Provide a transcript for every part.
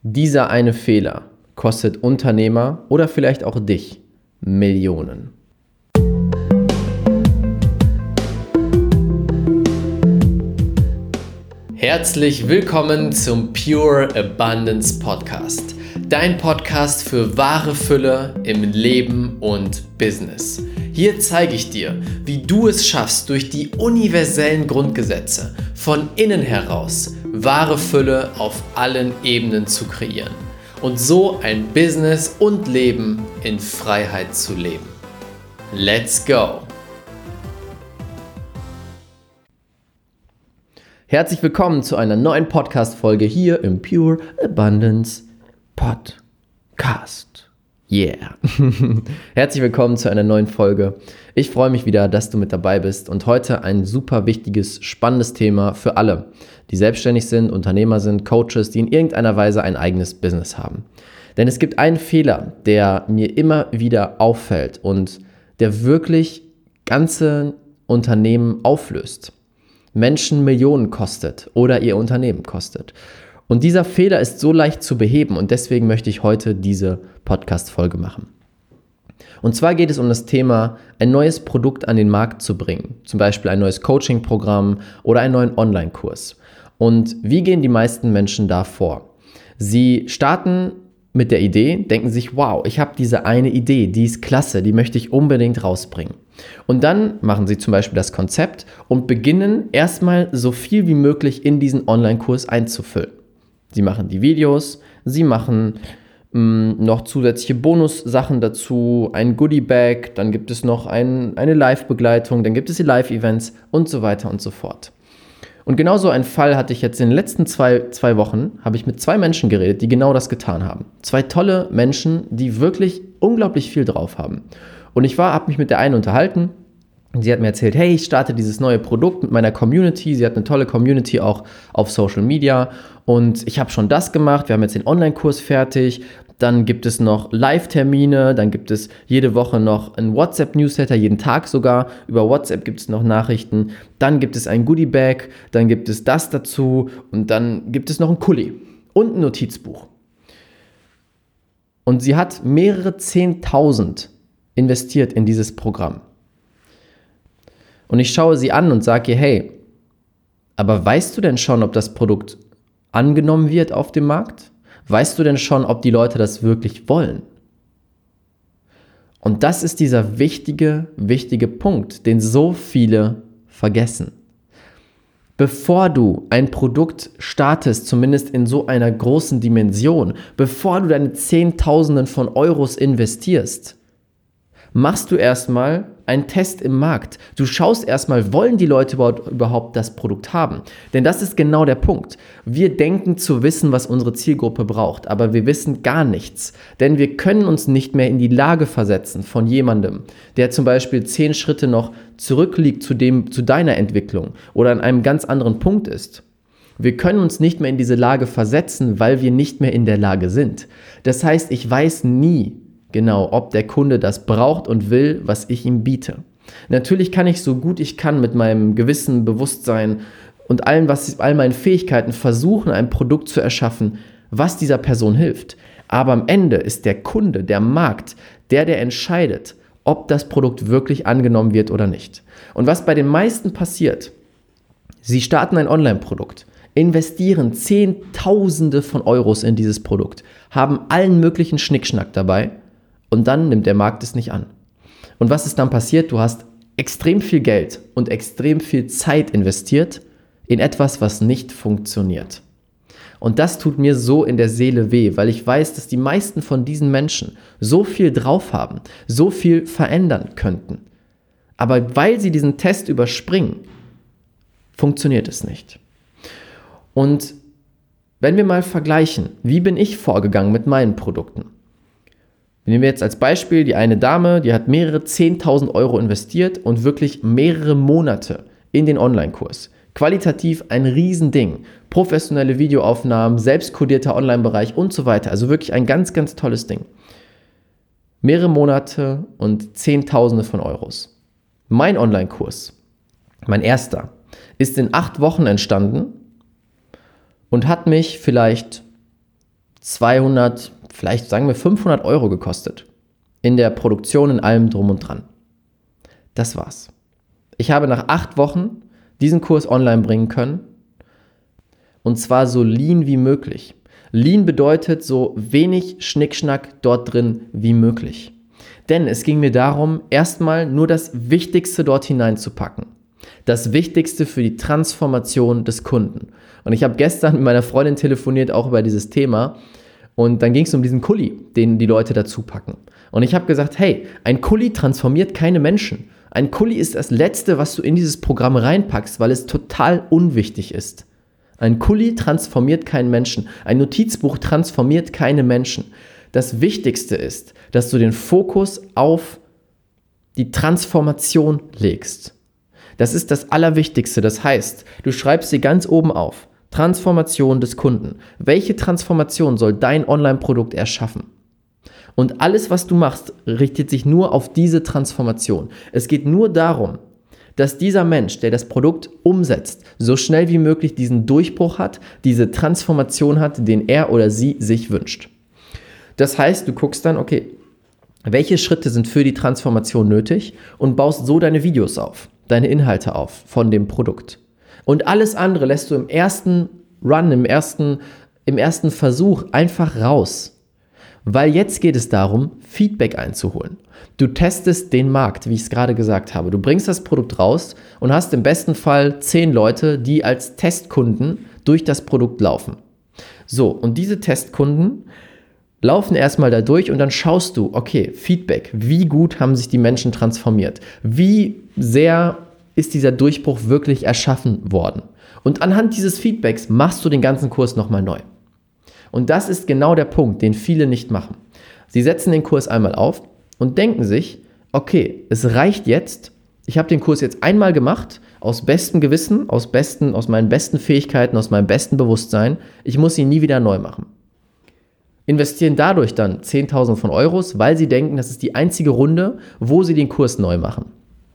Dieser eine Fehler kostet Unternehmer oder vielleicht auch dich Millionen. Herzlich willkommen zum Pure Abundance Podcast. Dein Podcast für wahre Fülle im Leben und Business. Hier zeige ich dir, wie du es schaffst, durch die universellen Grundgesetze von innen heraus wahre Fülle auf allen Ebenen zu kreieren und so ein Business und Leben in Freiheit zu leben. Let's go! Herzlich willkommen zu einer neuen Podcast-Folge hier im Pure Abundance Podcast. Yeah! Herzlich willkommen zu einer neuen Folge. Ich freue mich wieder, dass du mit dabei bist und heute ein super wichtiges, spannendes Thema für alle, die selbstständig sind, Unternehmer sind, Coaches, die in irgendeiner Weise ein eigenes Business haben. Denn es gibt einen Fehler, der mir immer wieder auffällt und der wirklich ganze Unternehmen auflöst. Menschen Millionen kostet oder ihr Unternehmen kostet. Und dieser Fehler ist so leicht zu beheben und deswegen möchte ich heute diese Podcast-Folge machen. Und zwar geht es um das Thema, ein neues Produkt an den Markt zu bringen. Zum Beispiel ein neues Coaching-Programm oder einen neuen Online-Kurs. Und wie gehen die meisten Menschen da vor? Sie starten mit der Idee, denken sich, wow, ich habe diese eine Idee, die ist klasse, die möchte ich unbedingt rausbringen. Und dann machen sie zum Beispiel das Konzept und beginnen erstmal so viel wie möglich in diesen Online-Kurs einzufüllen. Sie machen die Videos, sie machen noch zusätzliche Bonussachen dazu, ein Goodie-Bag, dann gibt es noch eine Live-Begleitung, dann gibt es die Live-Events und so weiter und so fort. Und genau so einen Fall hatte ich jetzt in den letzten zwei Wochen, habe ich mit 2 Menschen geredet, die genau das getan haben. 2 tolle Menschen, die wirklich unglaublich viel drauf haben. Und ich habe mich mit der einen unterhalten und sie hat mir erzählt, hey, ich starte dieses neue Produkt mit meiner Community. Sie hat eine tolle Community auch auf Social Media und ich habe schon das gemacht. Wir haben jetzt den Online-Kurs fertig. Dann gibt es noch Live-Termine, dann gibt es jede Woche noch ein WhatsApp-Newsletter, jeden Tag sogar. Über WhatsApp gibt es noch Nachrichten. Dann gibt es ein Goodie-Bag, dann gibt es das dazu und dann gibt es noch ein Kuli und ein Notizbuch. Und sie hat mehrere 10.000 investiert in dieses Programm. Und ich schaue sie an und sage ihr, hey, aber weißt du denn schon, ob das Produkt angenommen wird auf dem Markt? Weißt du denn schon, ob die Leute das wirklich wollen? Und das ist dieser wichtige Punkt, den so viele vergessen. Bevor du ein Produkt startest, zumindest in so einer großen Dimension, bevor du deine Zehntausenden von Euros investierst, machst du erstmal einen Test im Markt. Du schaust erstmal, wollen die Leute überhaupt das Produkt haben? Denn das ist genau der Punkt. Wir denken zu wissen, was unsere Zielgruppe braucht, aber wir wissen gar nichts. Denn wir können uns nicht mehr in die Lage versetzen von jemandem, der zum Beispiel 10 Schritte noch zurückliegt zu deiner Entwicklung oder an einem ganz anderen Punkt ist. Wir können uns nicht mehr in diese Lage versetzen, weil wir nicht mehr in der Lage sind. Das heißt, ich weiß nie genau, ob der Kunde das braucht und will, was ich ihm biete. Natürlich kann ich so gut ich kann mit meinem Gewissen, Bewusstsein und all meinen Fähigkeiten versuchen, ein Produkt zu erschaffen, was dieser Person hilft. Aber am Ende ist der Kunde, der Markt, der entscheidet, ob das Produkt wirklich angenommen wird oder nicht. Und was bei den meisten passiert, sie starten ein Online-Produkt, investieren Zehntausende von Euros in dieses Produkt, haben allen möglichen Schnickschnack dabei, und dann nimmt der Markt es nicht an. Und was ist dann passiert? Du hast extrem viel Geld und extrem viel Zeit investiert in etwas, was nicht funktioniert. Und das tut mir so in der Seele weh, weil ich weiß, dass die meisten von diesen Menschen so viel drauf haben, so viel verändern könnten. Aber weil sie diesen Test überspringen, funktioniert es nicht. Und wenn wir mal vergleichen, wie bin ich vorgegangen mit meinen Produkten? Nehmen wir jetzt als Beispiel die eine Dame, die hat mehrere 10.000 Euro investiert und wirklich mehrere Monate in den Online-Kurs. Qualitativ ein Riesending. Professionelle Videoaufnahmen, selbstkodierter Online-Bereich und so weiter. Also wirklich ein ganz, ganz tolles Ding. Mehrere Monate und Zehntausende von Euros. Mein Online-Kurs, mein erster, ist in 8 Wochen entstanden und hat mich vielleicht 200, vielleicht sagen wir 500 Euro gekostet. In der Produktion, in allem drum und dran. Das war's. Ich habe nach 8 Wochen diesen Kurs online bringen können. Und zwar so lean wie möglich. Lean bedeutet so wenig Schnickschnack dort drin wie möglich. Denn es ging mir darum, erstmal nur das Wichtigste dort hineinzupacken. Das Wichtigste für die Transformation des Kunden. Und ich habe gestern mit meiner Freundin telefoniert, auch über dieses Thema. Und dann ging es um diesen Kuli, den die Leute dazu packen. Und ich habe gesagt, hey, ein Kuli transformiert keine Menschen. Ein Kuli ist das Letzte, was du in dieses Programm reinpackst, weil es total unwichtig ist. Ein Kuli transformiert keinen Menschen. Ein Notizbuch transformiert keine Menschen. Das Wichtigste ist, dass du den Fokus auf die Transformation legst. Das ist das Allerwichtigste. Das heißt, du schreibst sie ganz oben auf. Transformation des Kunden. Welche Transformation soll dein Online-Produkt erschaffen? Und alles, was du machst, richtet sich nur auf diese Transformation. Es geht nur darum, dass dieser Mensch, der das Produkt umsetzt, so schnell wie möglich diesen Durchbruch hat, diese Transformation hat, den er oder sie sich wünscht. Das heißt, du guckst dann, okay, welche Schritte sind für die Transformation nötig und baust so deine Videos auf, deine Inhalte auf von dem Produkt. Und alles andere lässt du im ersten Run, im ersten Versuch einfach raus. Weil jetzt geht es darum, Feedback einzuholen. Du testest den Markt, wie ich es gerade gesagt habe. Du bringst das Produkt raus und hast im besten Fall 10 Leute, die als Testkunden durch das Produkt laufen. So, und diese Testkunden laufen erstmal da durch und dann schaust du, okay, Feedback, wie gut haben sich die Menschen transformiert? Wie sehr ist dieser Durchbruch wirklich erschaffen worden? Und anhand dieses Feedbacks machst du den ganzen Kurs nochmal neu. Und das ist genau der Punkt, den viele nicht machen. Sie setzen den Kurs einmal auf und denken sich, okay, es reicht jetzt, ich habe den Kurs jetzt einmal gemacht, aus bestem Gewissen, aus meinen besten Fähigkeiten, aus meinem besten Bewusstsein, ich muss ihn nie wieder neu machen. Investieren dadurch dann 10.000 von Euros, weil sie denken, das ist die einzige Runde, wo sie den Kurs neu machen.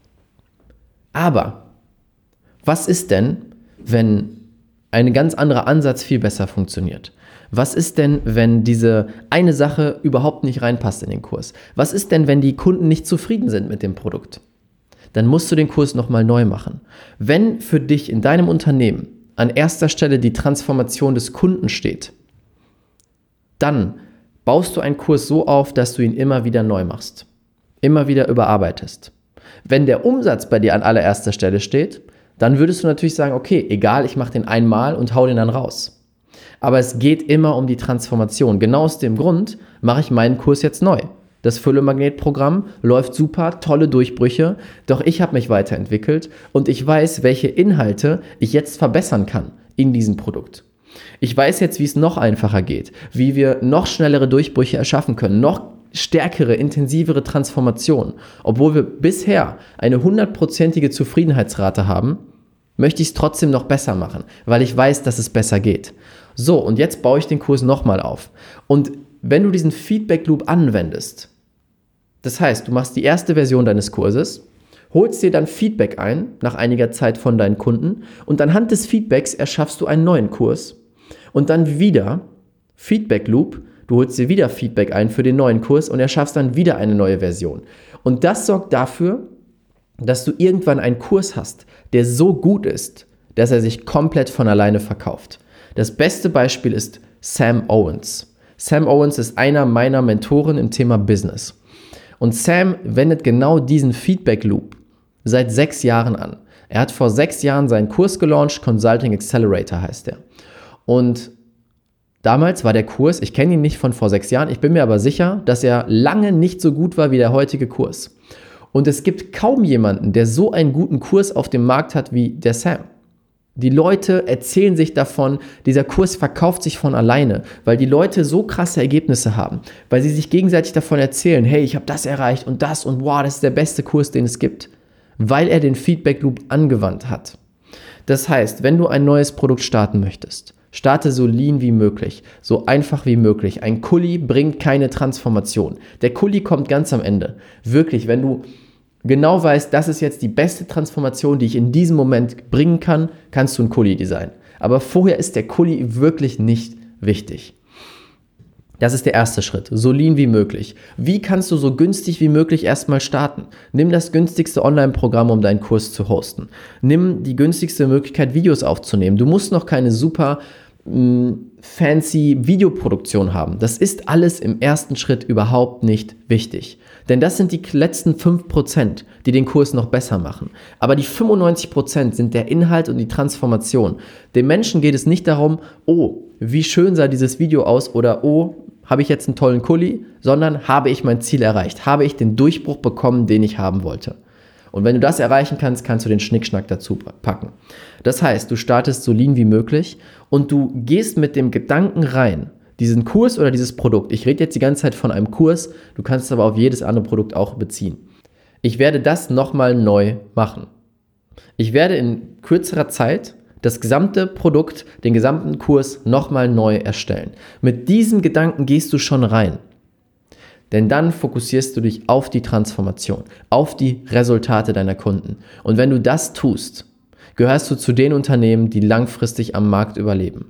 Aber was ist denn, wenn ein ganz anderer Ansatz viel besser funktioniert? Was ist denn, wenn diese eine Sache überhaupt nicht reinpasst in den Kurs? Was ist denn, wenn die Kunden nicht zufrieden sind mit dem Produkt? Dann musst du den Kurs nochmal neu machen. Wenn für dich in deinem Unternehmen an erster Stelle die Transformation des Kunden steht, dann baust du einen Kurs so auf, dass du ihn immer wieder neu machst, immer wieder überarbeitest. Wenn der Umsatz bei dir an allererster Stelle steht, dann würdest du natürlich sagen, okay, egal, ich mache den einmal und hau den dann raus. Aber es geht immer um die Transformation. Genau aus dem Grund mache ich meinen Kurs jetzt neu. Das Fülle-Magnet-Programm läuft super, tolle Durchbrüche, doch ich habe mich weiterentwickelt und ich weiß, welche Inhalte ich jetzt verbessern kann in diesem Produkt. Ich weiß jetzt, wie es noch einfacher geht, wie wir noch schnellere Durchbrüche erschaffen können, noch stärkere, intensivere Transformationen. Obwohl wir bisher eine 100%ige Zufriedenheitsrate haben, möchte ich es trotzdem noch besser machen, weil ich weiß, dass es besser geht. So, und jetzt baue ich den Kurs nochmal auf. Und wenn du diesen Feedback-Loop anwendest, das heißt, du machst die erste Version deines Kurses, holst dir dann Feedback ein, nach einiger Zeit von deinen Kunden, und anhand des Feedbacks erschaffst du einen neuen Kurs. Und dann wieder Feedback-Loop, du holst dir wieder Feedback ein für den neuen Kurs und erschaffst dann wieder eine neue Version. Und das sorgt dafür, dass du irgendwann einen Kurs hast, der so gut ist, dass er sich komplett von alleine verkauft. Das beste Beispiel ist Sam Owens. Sam Owens ist einer meiner Mentoren im Thema Business. Und Sam wendet genau diesen Feedback-Loop seit 6 Jahren an. Er hat vor 6 Jahren seinen Kurs gelauncht, Consulting Accelerator heißt er. Und damals war der Kurs, ich kenne ihn nicht von vor 6 Jahren, ich bin mir aber sicher, dass er lange nicht so gut war wie der heutige Kurs. Und es gibt kaum jemanden, der so einen guten Kurs auf dem Markt hat wie der Sam. Die Leute erzählen sich davon, dieser Kurs verkauft sich von alleine, weil die Leute so krasse Ergebnisse haben, weil sie sich gegenseitig davon erzählen, hey, ich habe das erreicht und wow, das ist der beste Kurs, den es gibt, weil er den Feedback Loop angewandt hat. Das heißt, wenn du ein neues Produkt starten möchtest, starte so lean wie möglich, so einfach wie möglich. Ein Kuli bringt keine Transformation. Der Kuli kommt ganz am Ende. Wirklich, wenn du genau weißt, das ist jetzt die beste Transformation, die ich in diesem Moment bringen kann, kannst du ein Kuli designen. Aber vorher ist der Kuli wirklich nicht wichtig. Das ist der erste Schritt, so lean wie möglich. Wie kannst du so günstig wie möglich erstmal starten? Nimm das günstigste Online-Programm, um deinen Kurs zu hosten. Nimm die günstigste Möglichkeit, Videos aufzunehmen. Du musst noch keine super fancy Videoproduktion haben. Das ist alles im ersten Schritt überhaupt nicht wichtig. Denn das sind die letzten 5%, die den Kurs noch besser machen. Aber die 95% sind der Inhalt und die Transformation. Dem Menschen geht es nicht darum, oh, wie schön sah dieses Video aus oder oh, habe ich jetzt einen tollen Kuli, sondern habe ich mein Ziel erreicht, habe ich den Durchbruch bekommen, den ich haben wollte. Und wenn du das erreichen kannst, kannst du den Schnickschnack dazu packen. Das heißt, du startest so lean wie möglich und du gehst mit dem Gedanken rein, diesen Kurs oder dieses Produkt, ich rede jetzt die ganze Zeit von einem Kurs, du kannst es aber auf jedes andere Produkt auch beziehen. Ich werde das nochmal neu machen. Ich werde in kürzerer Zeit das gesamte Produkt, den gesamten Kurs nochmal neu erstellen. Mit diesem Gedanken gehst du schon rein. Denn dann fokussierst du dich auf die Transformation, auf die Resultate deiner Kunden. Und wenn du das tust, gehörst du zu den Unternehmen, die langfristig am Markt überleben.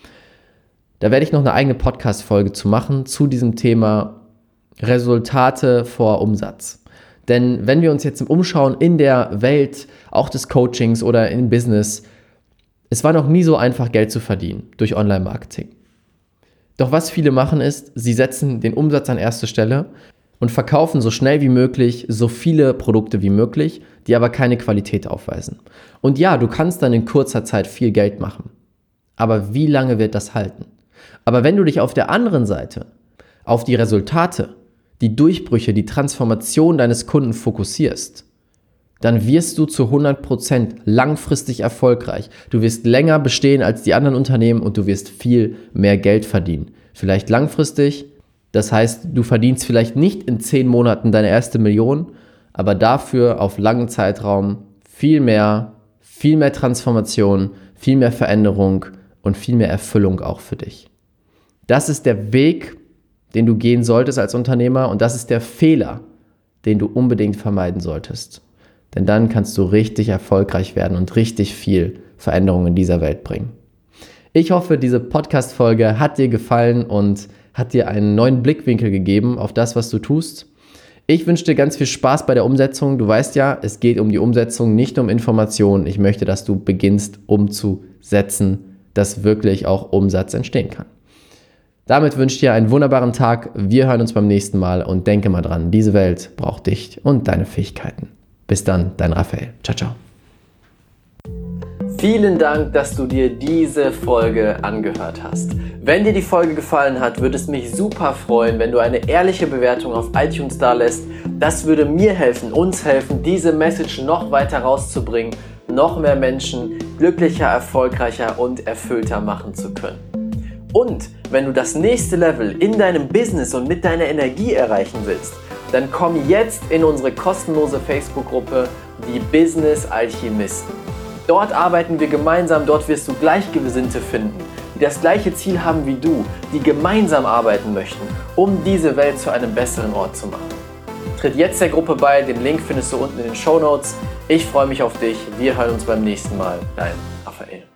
Da werde ich noch eine eigene Podcast-Folge zu machen, zu diesem Thema Resultate vor Umsatz. Denn wenn wir uns jetzt umschauen in der Welt, auch des Coachings oder im Business, es war noch nie so einfach, Geld zu verdienen durch Online-Marketing. Doch was viele machen ist, sie setzen den Umsatz an erste Stelle und verkaufen so schnell wie möglich so viele Produkte wie möglich, die aber keine Qualität aufweisen. Und ja, du kannst dann in kurzer Zeit viel Geld machen. Aber wie lange wird das halten? Aber wenn du dich auf der anderen Seite auf die Resultate, die Durchbrüche, die Transformation deines Kunden fokussierst, dann wirst du zu 100% langfristig erfolgreich. Du wirst länger bestehen als die anderen Unternehmen und du wirst viel mehr Geld verdienen. Vielleicht langfristig, das heißt, du verdienst vielleicht nicht in 10 Monaten deine erste Million, aber dafür auf langen Zeitraum viel mehr Transformation, viel mehr Veränderung und viel mehr Erfüllung auch für dich. Das ist der Weg, den du gehen solltest als Unternehmer und das ist der Fehler, den du unbedingt vermeiden solltest. Denn dann kannst du richtig erfolgreich werden und richtig viel Veränderung in dieser Welt bringen. Ich hoffe, diese Podcast-Folge hat dir gefallen und hat dir einen neuen Blickwinkel gegeben auf das, was du tust. Ich wünsche dir ganz viel Spaß bei der Umsetzung. Du weißt ja, es geht um die Umsetzung, nicht um Informationen. Ich möchte, dass du beginnst umzusetzen, dass wirklich auch Umsatz entstehen kann. Damit wünsche ich dir einen wunderbaren Tag. Wir hören uns beim nächsten Mal und denke mal dran, diese Welt braucht dich und deine Fähigkeiten. Bis dann, dein Raphael. Ciao, ciao. Vielen Dank, dass du dir diese Folge angehört hast. Wenn dir die Folge gefallen hat, würde es mich super freuen, wenn du eine ehrliche Bewertung auf iTunes dalässt. Das würde mir helfen, uns helfen, diese Message noch weiter rauszubringen, noch mehr Menschen glücklicher, erfolgreicher und erfüllter machen zu können. Und wenn du das nächste Level in deinem Business und mit deiner Energie erreichen willst, dann komm jetzt in unsere kostenlose Facebook-Gruppe, die Business Alchemisten. Dort arbeiten wir gemeinsam, dort wirst du Gleichgesinnte finden, die das gleiche Ziel haben wie du, die gemeinsam arbeiten möchten, um diese Welt zu einem besseren Ort zu machen. Tritt jetzt der Gruppe bei, den Link findest du unten in den Shownotes. Ich freue mich auf dich, wir hören uns beim nächsten Mal. Dein Raphael.